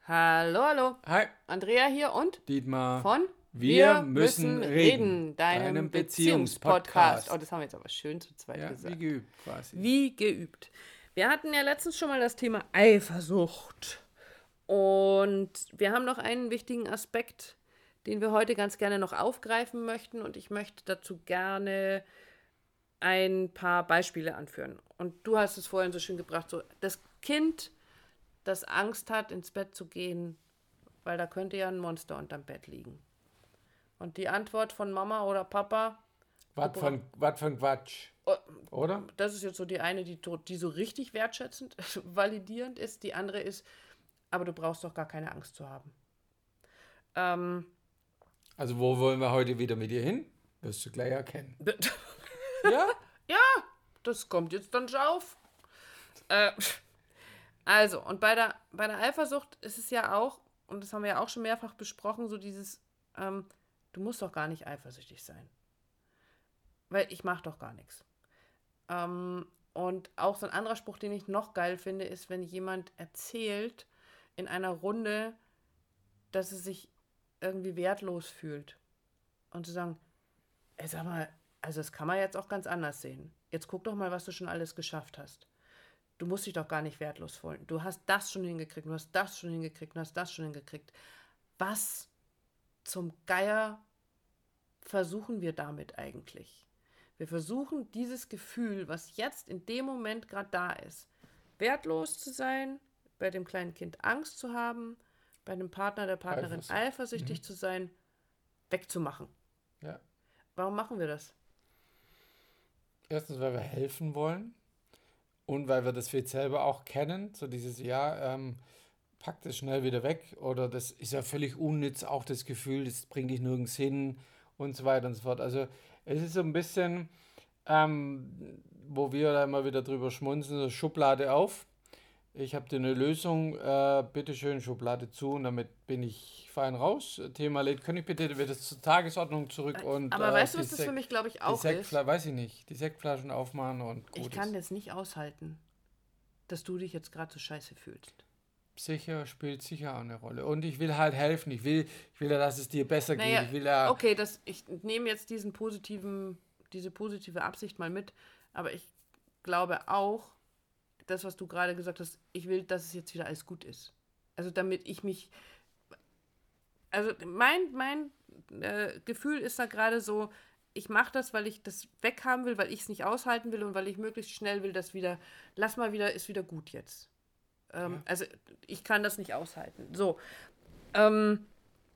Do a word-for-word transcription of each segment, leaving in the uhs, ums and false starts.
Hallo, hallo. Hi, Andrea hier und Dietmar. von Wir müssen reden, deinem deinem Beziehungspodcast. Beziehungspodcast. Oh, das haben wir jetzt aber schön zu zweit Ja, gesagt. wie geübt quasi. Wie geübt. Wir hatten ja letztens schon mal das Thema Eifersucht. Und wir haben noch einen wichtigen Aspekt, den wir heute ganz gerne noch aufgreifen möchten. Und ich möchte dazu gerne ein paar Beispiele anführen. Und du hast es vorhin so schön gebracht, so das Kind, das Angst hat, ins Bett zu gehen, weil da könnte ja ein Monster unterm Bett liegen. Und die Antwort von Mama oder Papa, Was für ein was für ein Quatsch, oh, oder? das ist jetzt so die eine, die, die so richtig wertschätzend, validierend ist. Die andere ist, aber du brauchst doch gar keine Angst zu haben. Ähm, Also wo wollen wir heute wieder mit dir hin? Wirst du gleich erkennen. ja? Ja, das kommt jetzt dann schon auf. Äh, also, und bei der, bei der Eifersucht ist es ja auch, und das haben wir ja auch schon mehrfach besprochen, so dieses, ähm, du musst doch gar nicht eifersüchtig sein. Weil ich mache doch gar nichts. Ähm, und auch so ein anderer Spruch, den ich noch geil finde, ist, wenn jemand erzählt in einer Runde, dass er sich irgendwie wertlos fühlt. Und zu sagen, ey, sag mal, also das kann man jetzt auch ganz anders sehen. Jetzt guck doch mal, was du schon alles geschafft hast. Du musst dich doch gar nicht wertlos fühlen. Du hast das schon hingekriegt, du hast das schon hingekriegt, du hast das schon hingekriegt. Was zum Geier versuchen wir damit eigentlich? Wir versuchen dieses Gefühl, was jetzt in dem Moment gerade da ist, wertlos zu sein, bei dem kleinen Kind Angst zu haben, bei dem Partner, der Partnerin Eifersucht. eifersüchtig Mhm. zu sein, wegzumachen. Ja. Warum machen wir das? Erstens, weil wir helfen wollen und weil wir das vielleicht selber auch kennen. So dieses, ja, ähm, pack das schnell wieder weg oder das ist ja völlig unnütz, auch das Gefühl, das bringt dich nirgends hin und so weiter und so fort. Also es ist so ein bisschen, ähm, wo wir da immer wieder drüber schmunzeln, so Schublade auf. Ich habe dir eine Lösung, äh, bitteschön, Schublade zu und damit bin ich fein raus. Thema lädt, könnte ich bitte wieder zur Tagesordnung zurück und Aber äh, weißt du, die, was das für Sek mich, glaube ich, die auch ist? Sektflaschen, weiß ich nicht, die Sektflaschen aufmachen und Ich gut kann ist. das nicht aushalten, dass du dich jetzt gerade so scheiße fühlst. Sicher spielt sicher auch eine Rolle. Und ich will halt helfen. Ich will, ich will ja, dass es dir besser geht. Naja, Ich will ja, okay, das, ich nehme jetzt diesen positiven, diese positive Absicht mal mit, aber ich glaube auch, das, was du gerade gesagt hast, ich will, dass es jetzt wieder alles gut ist. Also damit ich mich, also mein, mein äh, Gefühl ist da gerade so, ich mache das, weil ich das weghaben will, weil ich es nicht aushalten will und weil ich möglichst schnell will, dass wieder, lass mal wieder, ist wieder gut jetzt. Ähm, ja, also ich kann das nicht aushalten. So. Ähm,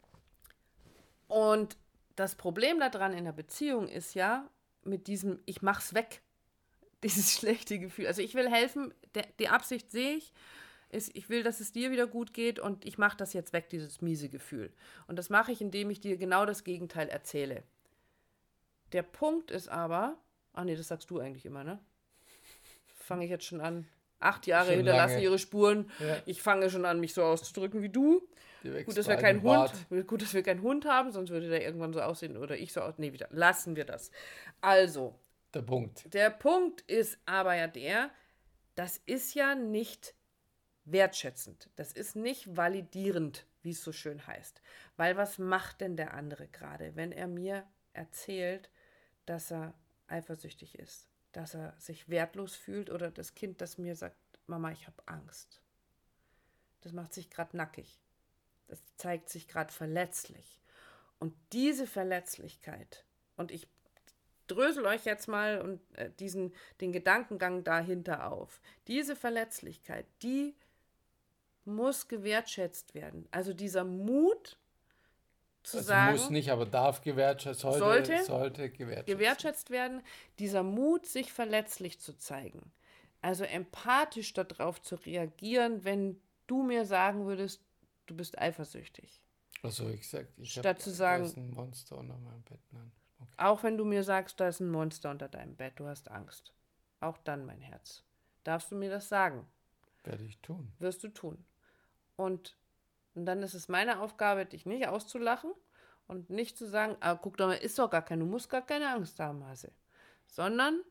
und das Problem daran in der Beziehung ist ja, mit diesem, ich mach's weg, dieses schlechte Gefühl. Also ich will helfen, der, die Absicht sehe ich, ist, ich will, dass es dir wieder gut geht und ich mache das jetzt weg, dieses miese Gefühl. Und das mache ich, indem ich dir genau das Gegenteil erzähle. Der Punkt ist aber, ach nee, das sagst du eigentlich immer, ne? Fange ich jetzt schon an. Acht Jahre schon hinterlassen lange. ihre Spuren. Ja, Ich fange schon an, mich so auszudrücken wie du. dir Gut, wächst dass wir bald keinen ein Hund, Bart. gut, dass wir keinen Hund haben, sonst würde der irgendwann so aussehen oder ich so aus. Nee, wieder. Lassen wir das. Also, Der Punkt. der Punkt ist aber ja der, das ist ja nicht wertschätzend. Das ist nicht validierend, wie es so schön heißt. Weil was macht denn der andere gerade, wenn er mir erzählt, dass er eifersüchtig ist, dass er sich wertlos fühlt oder das Kind, das mir sagt, Mama, ich habe Angst. Das macht sich gerade nackig. Das zeigt sich gerade verletzlich. Und diese Verletzlichkeit, und ich drösel euch jetzt mal und äh, diesen, den Gedankengang dahinter auf. Diese Verletzlichkeit, die muss gewertschätzt werden. Also dieser Mut zu Also muss sagen, nicht, aber darf gewertschätzt, sollte, sollte sollte gewertschätzt. gewertschätzt werden, dieser Mut, sich verletzlich zu zeigen. Also empathisch darauf zu reagieren, wenn du mir sagen würdest, du bist eifersüchtig. Also ich sag, ich habe, Statt zu da sagen, ist ein Monster unter meinem Bett. Nein. Okay. auch wenn du mir sagst, da ist ein Monster unter deinem Bett, du hast Angst. Auch dann, mein Herz. Darfst du mir das sagen? Werde ich tun. Wirst du tun. Und, und dann ist es meine Aufgabe, dich nicht auszulachen und nicht zu sagen, ah, guck doch mal, ist doch gar keine, du musst gar keine Angst haben, Hase. Sondern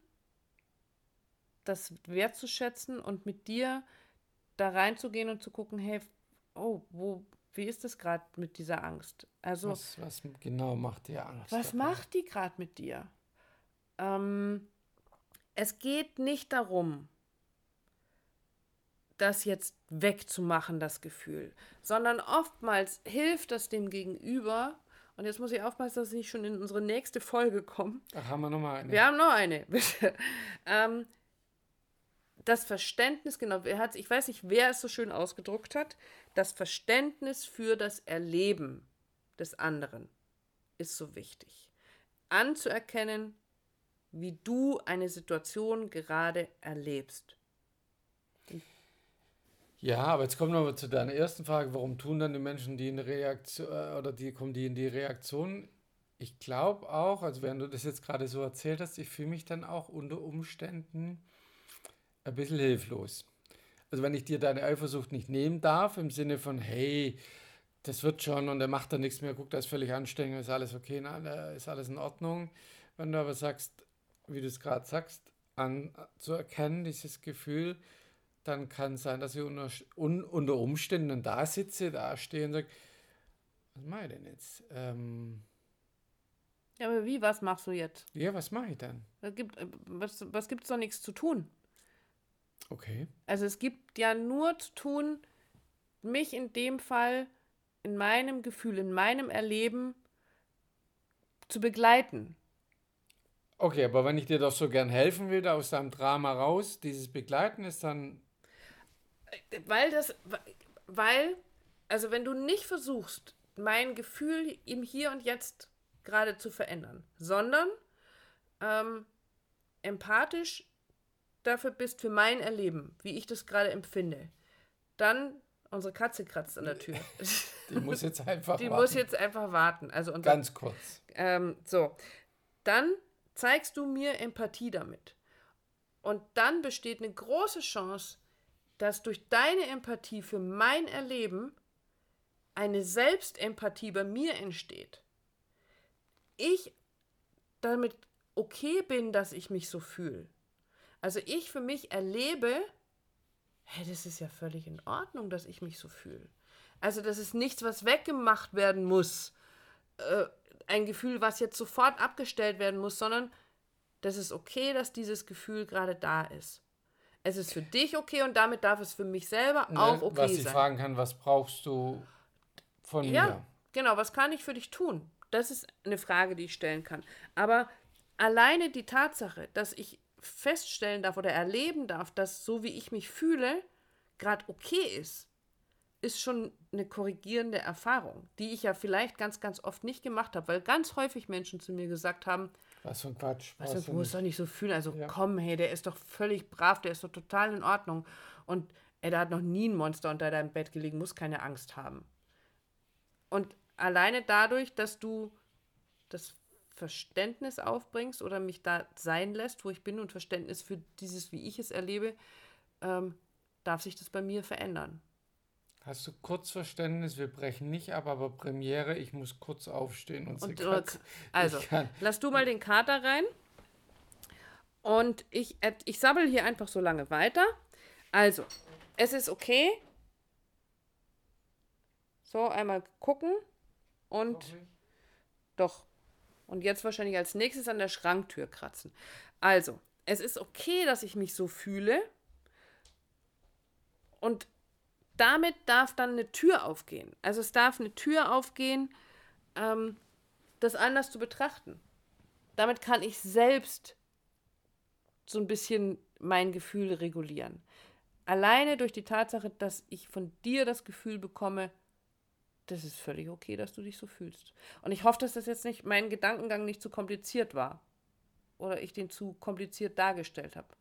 das wertzuschätzen und mit dir da reinzugehen und zu gucken, hey, oh, wo, wie ist das gerade mit dieser Angst? Also, Was, was genau macht dir Angst? was dabei? macht die gerade mit dir? Ähm, es geht nicht darum, das jetzt wegzumachen, das Gefühl, sondern oftmals hilft das dem Gegenüber. Und jetzt muss ich aufpassen, dass ich nicht schon in unsere nächste Folge komme. Ach, haben wir nochmal eine? Wir haben noch eine, bitte. ähm, das Verständnis, genau, wer hat, ich weiß nicht, wer es so schön ausgedruckt hat, das Verständnis für das Erleben des anderen ist so wichtig. Anzuerkennen, wie du eine Situation gerade erlebst. Ja, aber jetzt kommen wir mal zu deiner ersten Frage. Warum tun dann die Menschen, die in Reaktion äh, oder die kommen die in die Reaktion? Ich glaube auch, also während du das jetzt gerade so erzählt hast, ich fühle mich dann auch unter Umständen ein bisschen hilflos. Also wenn ich dir deine Eifersucht nicht nehmen darf, im Sinne von, hey, das wird schon und er macht da nichts mehr, guck, da ist völlig anstrengend, ist alles okay, na, da ist alles in Ordnung. Wenn du aber sagst, wie du es gerade sagst, anzuerkennen, dieses Gefühl, dann kann es sein, dass ich unter, un, unter Umständen da sitze, da stehe und sage, was mache ich denn jetzt? Ähm, Ja, aber wie, was machst du jetzt? ja, was mache ich dann? Es gibt, äh, was, was gibt es doch nichts zu tun? Okay. Also es gibt ja nur zu tun, mich in dem Fall, in meinem Gefühl, in meinem Erleben zu begleiten. Okay, aber wenn ich dir doch so gern helfen will, da aus deinem Drama raus, dieses Begleiten ist dann, Weil das, weil, also wenn du nicht versuchst, mein Gefühl im Hier und Jetzt gerade zu verändern, sondern ähm, empathisch dafür bist für mein Erleben, wie ich das gerade empfinde, dann, unsere Katze kratzt an der Tür. die muss jetzt einfach Die warten. muss jetzt einfach warten. Also unser, Ganz kurz. ähm, so, dann zeigst du mir Empathie damit. Und dann besteht eine große Chance, dass durch deine Empathie für mein Erleben eine Selbstempathie bei mir entsteht. Ich damit okay bin, dass ich mich so fühle. Also ich für mich erlebe, hey, das ist ja völlig in Ordnung, dass ich mich so fühle. Also das ist nichts, was weggemacht werden muss. Äh, ein Gefühl, was jetzt sofort abgestellt werden muss, sondern das ist okay, dass dieses Gefühl gerade da ist. Es ist für dich okay und damit darf es für mich selber auch Ne, okay was ich sein. fragen kann, was brauchst du von Ja, mir? genau, was kann ich für dich tun? Das ist eine Frage, die ich stellen kann. Aber alleine die Tatsache, dass ich feststellen darf oder erleben darf, dass so wie ich mich fühle, gerade okay ist, ist schon eine korrigierende Erfahrung, die ich ja vielleicht ganz, ganz oft nicht gemacht habe, weil ganz häufig Menschen zu mir gesagt haben, Was für ein Quatsch. weißt Was du, für du musst doch nicht so fühlen, also Ja. komm, hey, der ist doch völlig brav, der ist doch total in Ordnung und ey, der hat noch nie ein Monster unter deinem Bett gelegen, muss keine Angst haben. Und alleine dadurch, dass du das Verständnis aufbringst oder mich da sein lässt, wo ich bin und Verständnis für dieses, wie ich es erlebe, ähm, darf sich das bei mir verändern. Hast du kurz Verständnis? Wir brechen nicht ab, aber Premiere, ich muss kurz aufstehen und Und, sie oder, Katze. also, Ich kann. lass du mal den Kater rein und ich, ich sabbel hier einfach so lange weiter. Also, es ist okay. So, einmal gucken und Okay. doch. Und jetzt wahrscheinlich als nächstes an der Schranktür kratzen. Also, es ist okay, dass ich mich so fühle. Und damit darf dann eine Tür aufgehen. Also es darf eine Tür aufgehen, ähm, das anders zu betrachten. Damit kann ich selbst so ein bisschen mein Gefühl regulieren. Alleine durch die Tatsache, dass ich von dir das Gefühl bekomme, das ist völlig okay, dass du dich so fühlst. Und ich hoffe, dass das jetzt nicht, mein Gedankengang nicht zu kompliziert war. Oder ich den zu kompliziert dargestellt habe.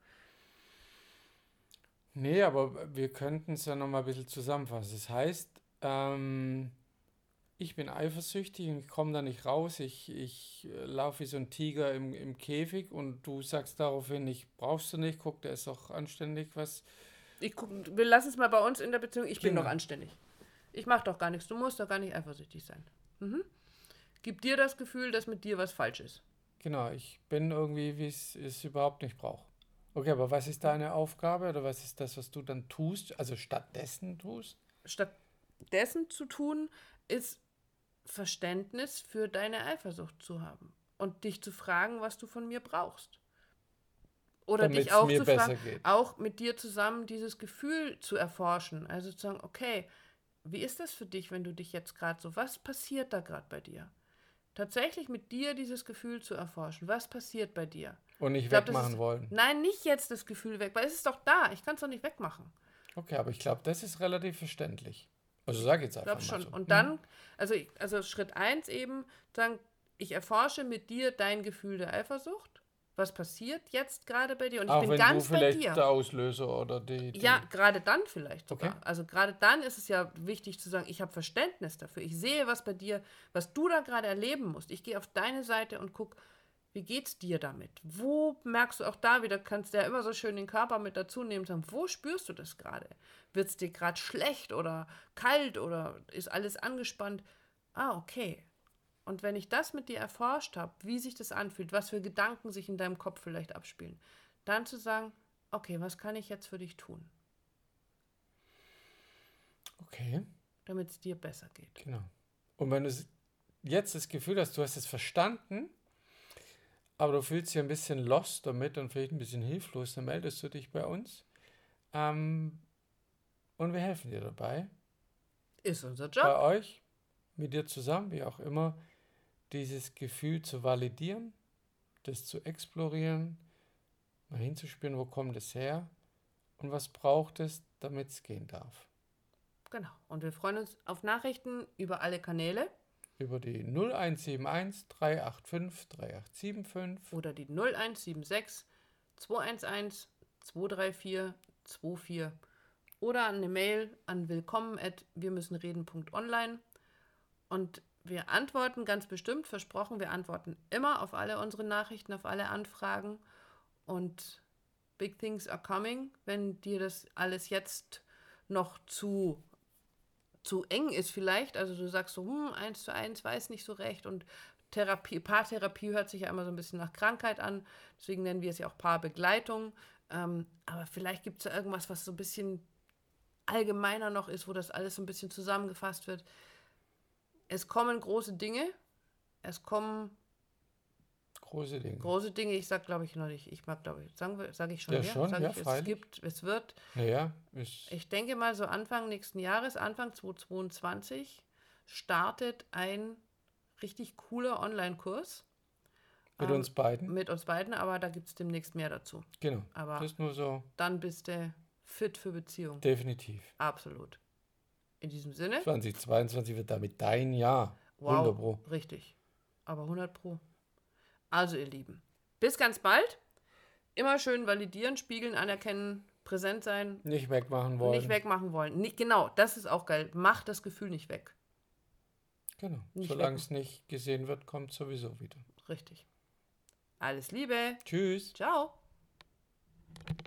Nee, aber wir könnten es ja nochmal ein bisschen zusammenfassen. Das heißt, ähm, ich bin eifersüchtig und ich komme da nicht raus. Ich, ich äh, laufe wie so ein Tiger im, im Käfig und du sagst daraufhin, ich brauchst du nicht, guck, der ist doch anständig, was. Ich guck, wir lassen es mal bei uns in der Beziehung. Ich bin Genau. doch anständig. Ich mache doch gar nichts. Du musst doch gar nicht eifersüchtig sein. Mhm. Gib dir das Gefühl, dass mit dir was falsch ist. Genau, ich bin irgendwie, wie ich es überhaupt nicht brauche. Okay, aber was ist deine Aufgabe oder was ist das, was du dann tust, also stattdessen tust? Statt dessen zu tun, ist Verständnis für deine Eifersucht zu haben und dich zu fragen, was du von mir brauchst. Oder Damit's dich auch mir zu besser fragen, geht. auch mit dir zusammen dieses Gefühl zu erforschen. Also zu sagen, okay, wie ist das für dich, wenn du dich jetzt gerade so, was passiert da gerade bei dir? Tatsächlich mit dir dieses Gefühl zu erforschen. Was passiert bei dir? Und nicht Ich glaub, das wegmachen ist, wollen. nein, nicht jetzt das Gefühl weg, weil es ist doch da. Ich kann es doch nicht wegmachen. Okay, aber ich glaube, das ist relativ verständlich. Also sag jetzt Ich einfach glaube mal schon. so. Und Mhm. dann, also, ich, also Schritt eins eben, sagen, ich erforsche mit dir dein Gefühl der Eifersucht. Was passiert jetzt gerade bei dir? Und ich Auch bin wenn du ganz bei vielleicht dir. der Auslöser oder die, Ja, die. gerade dann vielleicht Okay. sogar. Also gerade dann ist es ja wichtig zu sagen, ich habe Verständnis dafür. Ich sehe, was bei dir, was du da gerade erleben musst. Ich gehe auf deine Seite und gucke, wie geht's dir damit? Wo merkst du auch da wieder, kannst du ja immer so schön den Körper mit dazu nehmen und sagen, wo spürst du das gerade? Wird es dir gerade schlecht oder kalt oder ist alles angespannt? Ah, okay. Und wenn ich das mit dir erforscht habe, wie sich das anfühlt, was für Gedanken sich in deinem Kopf vielleicht abspielen, dann zu sagen, okay, was kann ich jetzt für dich tun, Okay, damit es dir besser geht? genau. Und wenn du s- jetzt das Gefühl hast, du hast es verstanden, aber du fühlst dich ein bisschen lost damit und vielleicht ein bisschen hilflos, dann meldest du dich bei uns. Ähm, und wir helfen dir dabei, Ist unser bei Job. euch, mit dir zusammen, wie auch immer, dieses Gefühl zu validieren, das zu explorieren, mal hinzuspüren, wo kommt es her und was braucht es, damit es gehen darf. Genau. Und wir freuen uns auf Nachrichten über alle Kanäle Über die null eins sieben eins drei acht fünf drei acht sieben fünf oder die null eins sieben sechs zwei eins eins zwei drei vier zwei vier oder eine Mail an willkommen at wir müssen reden Punkt online. Und wir antworten ganz bestimmt, versprochen, wir antworten immer auf alle unsere Nachrichten, auf alle Anfragen. Und big things are coming. Wenn dir das alles jetzt noch zu, zu eng ist vielleicht, also du sagst so, hm, eins zu eins, weiß nicht so recht und Therapie, Paartherapie hört sich ja immer so ein bisschen nach Krankheit an, deswegen nennen wir es ja auch Paarbegleitung. Ähm, aber vielleicht gibt es ja irgendwas, was so ein bisschen allgemeiner noch ist, wo das alles so ein bisschen zusammengefasst wird. Es kommen große Dinge, es kommen Große Dinge. große Dinge, ich sag glaube ich noch nicht, ich mag glaube ich, sage sag ich schon Ja, mehr, schon, sage ja, ich, es freilich. gibt, es wird, Naja, ist ich denke mal so Anfang nächsten Jahres, Anfang zweitausendzweiundzwanzig, startet ein richtig cooler Online-Kurs mit ähm, uns beiden. mit uns beiden, aber da gibt es demnächst mehr dazu. Genau. Aber Das ist nur so dann bist du fit für Beziehung. definitiv. Absolut. In diesem Sinne, zweitausendzweiundzwanzig wird damit dein Jahr. hundert wow, Pro. richtig. Aber hundert Pro. Also ihr Lieben, bis ganz bald. Immer schön validieren, spiegeln, anerkennen, präsent sein, Nicht wegmachen wollen. nicht wegmachen wollen. Nicht, genau, das ist auch geil. Mach das Gefühl nicht weg. Genau. Nicht Solange wegmachen. es nicht gesehen wird, kommt sowieso wieder. Richtig. Alles Liebe. Tschüss. Ciao.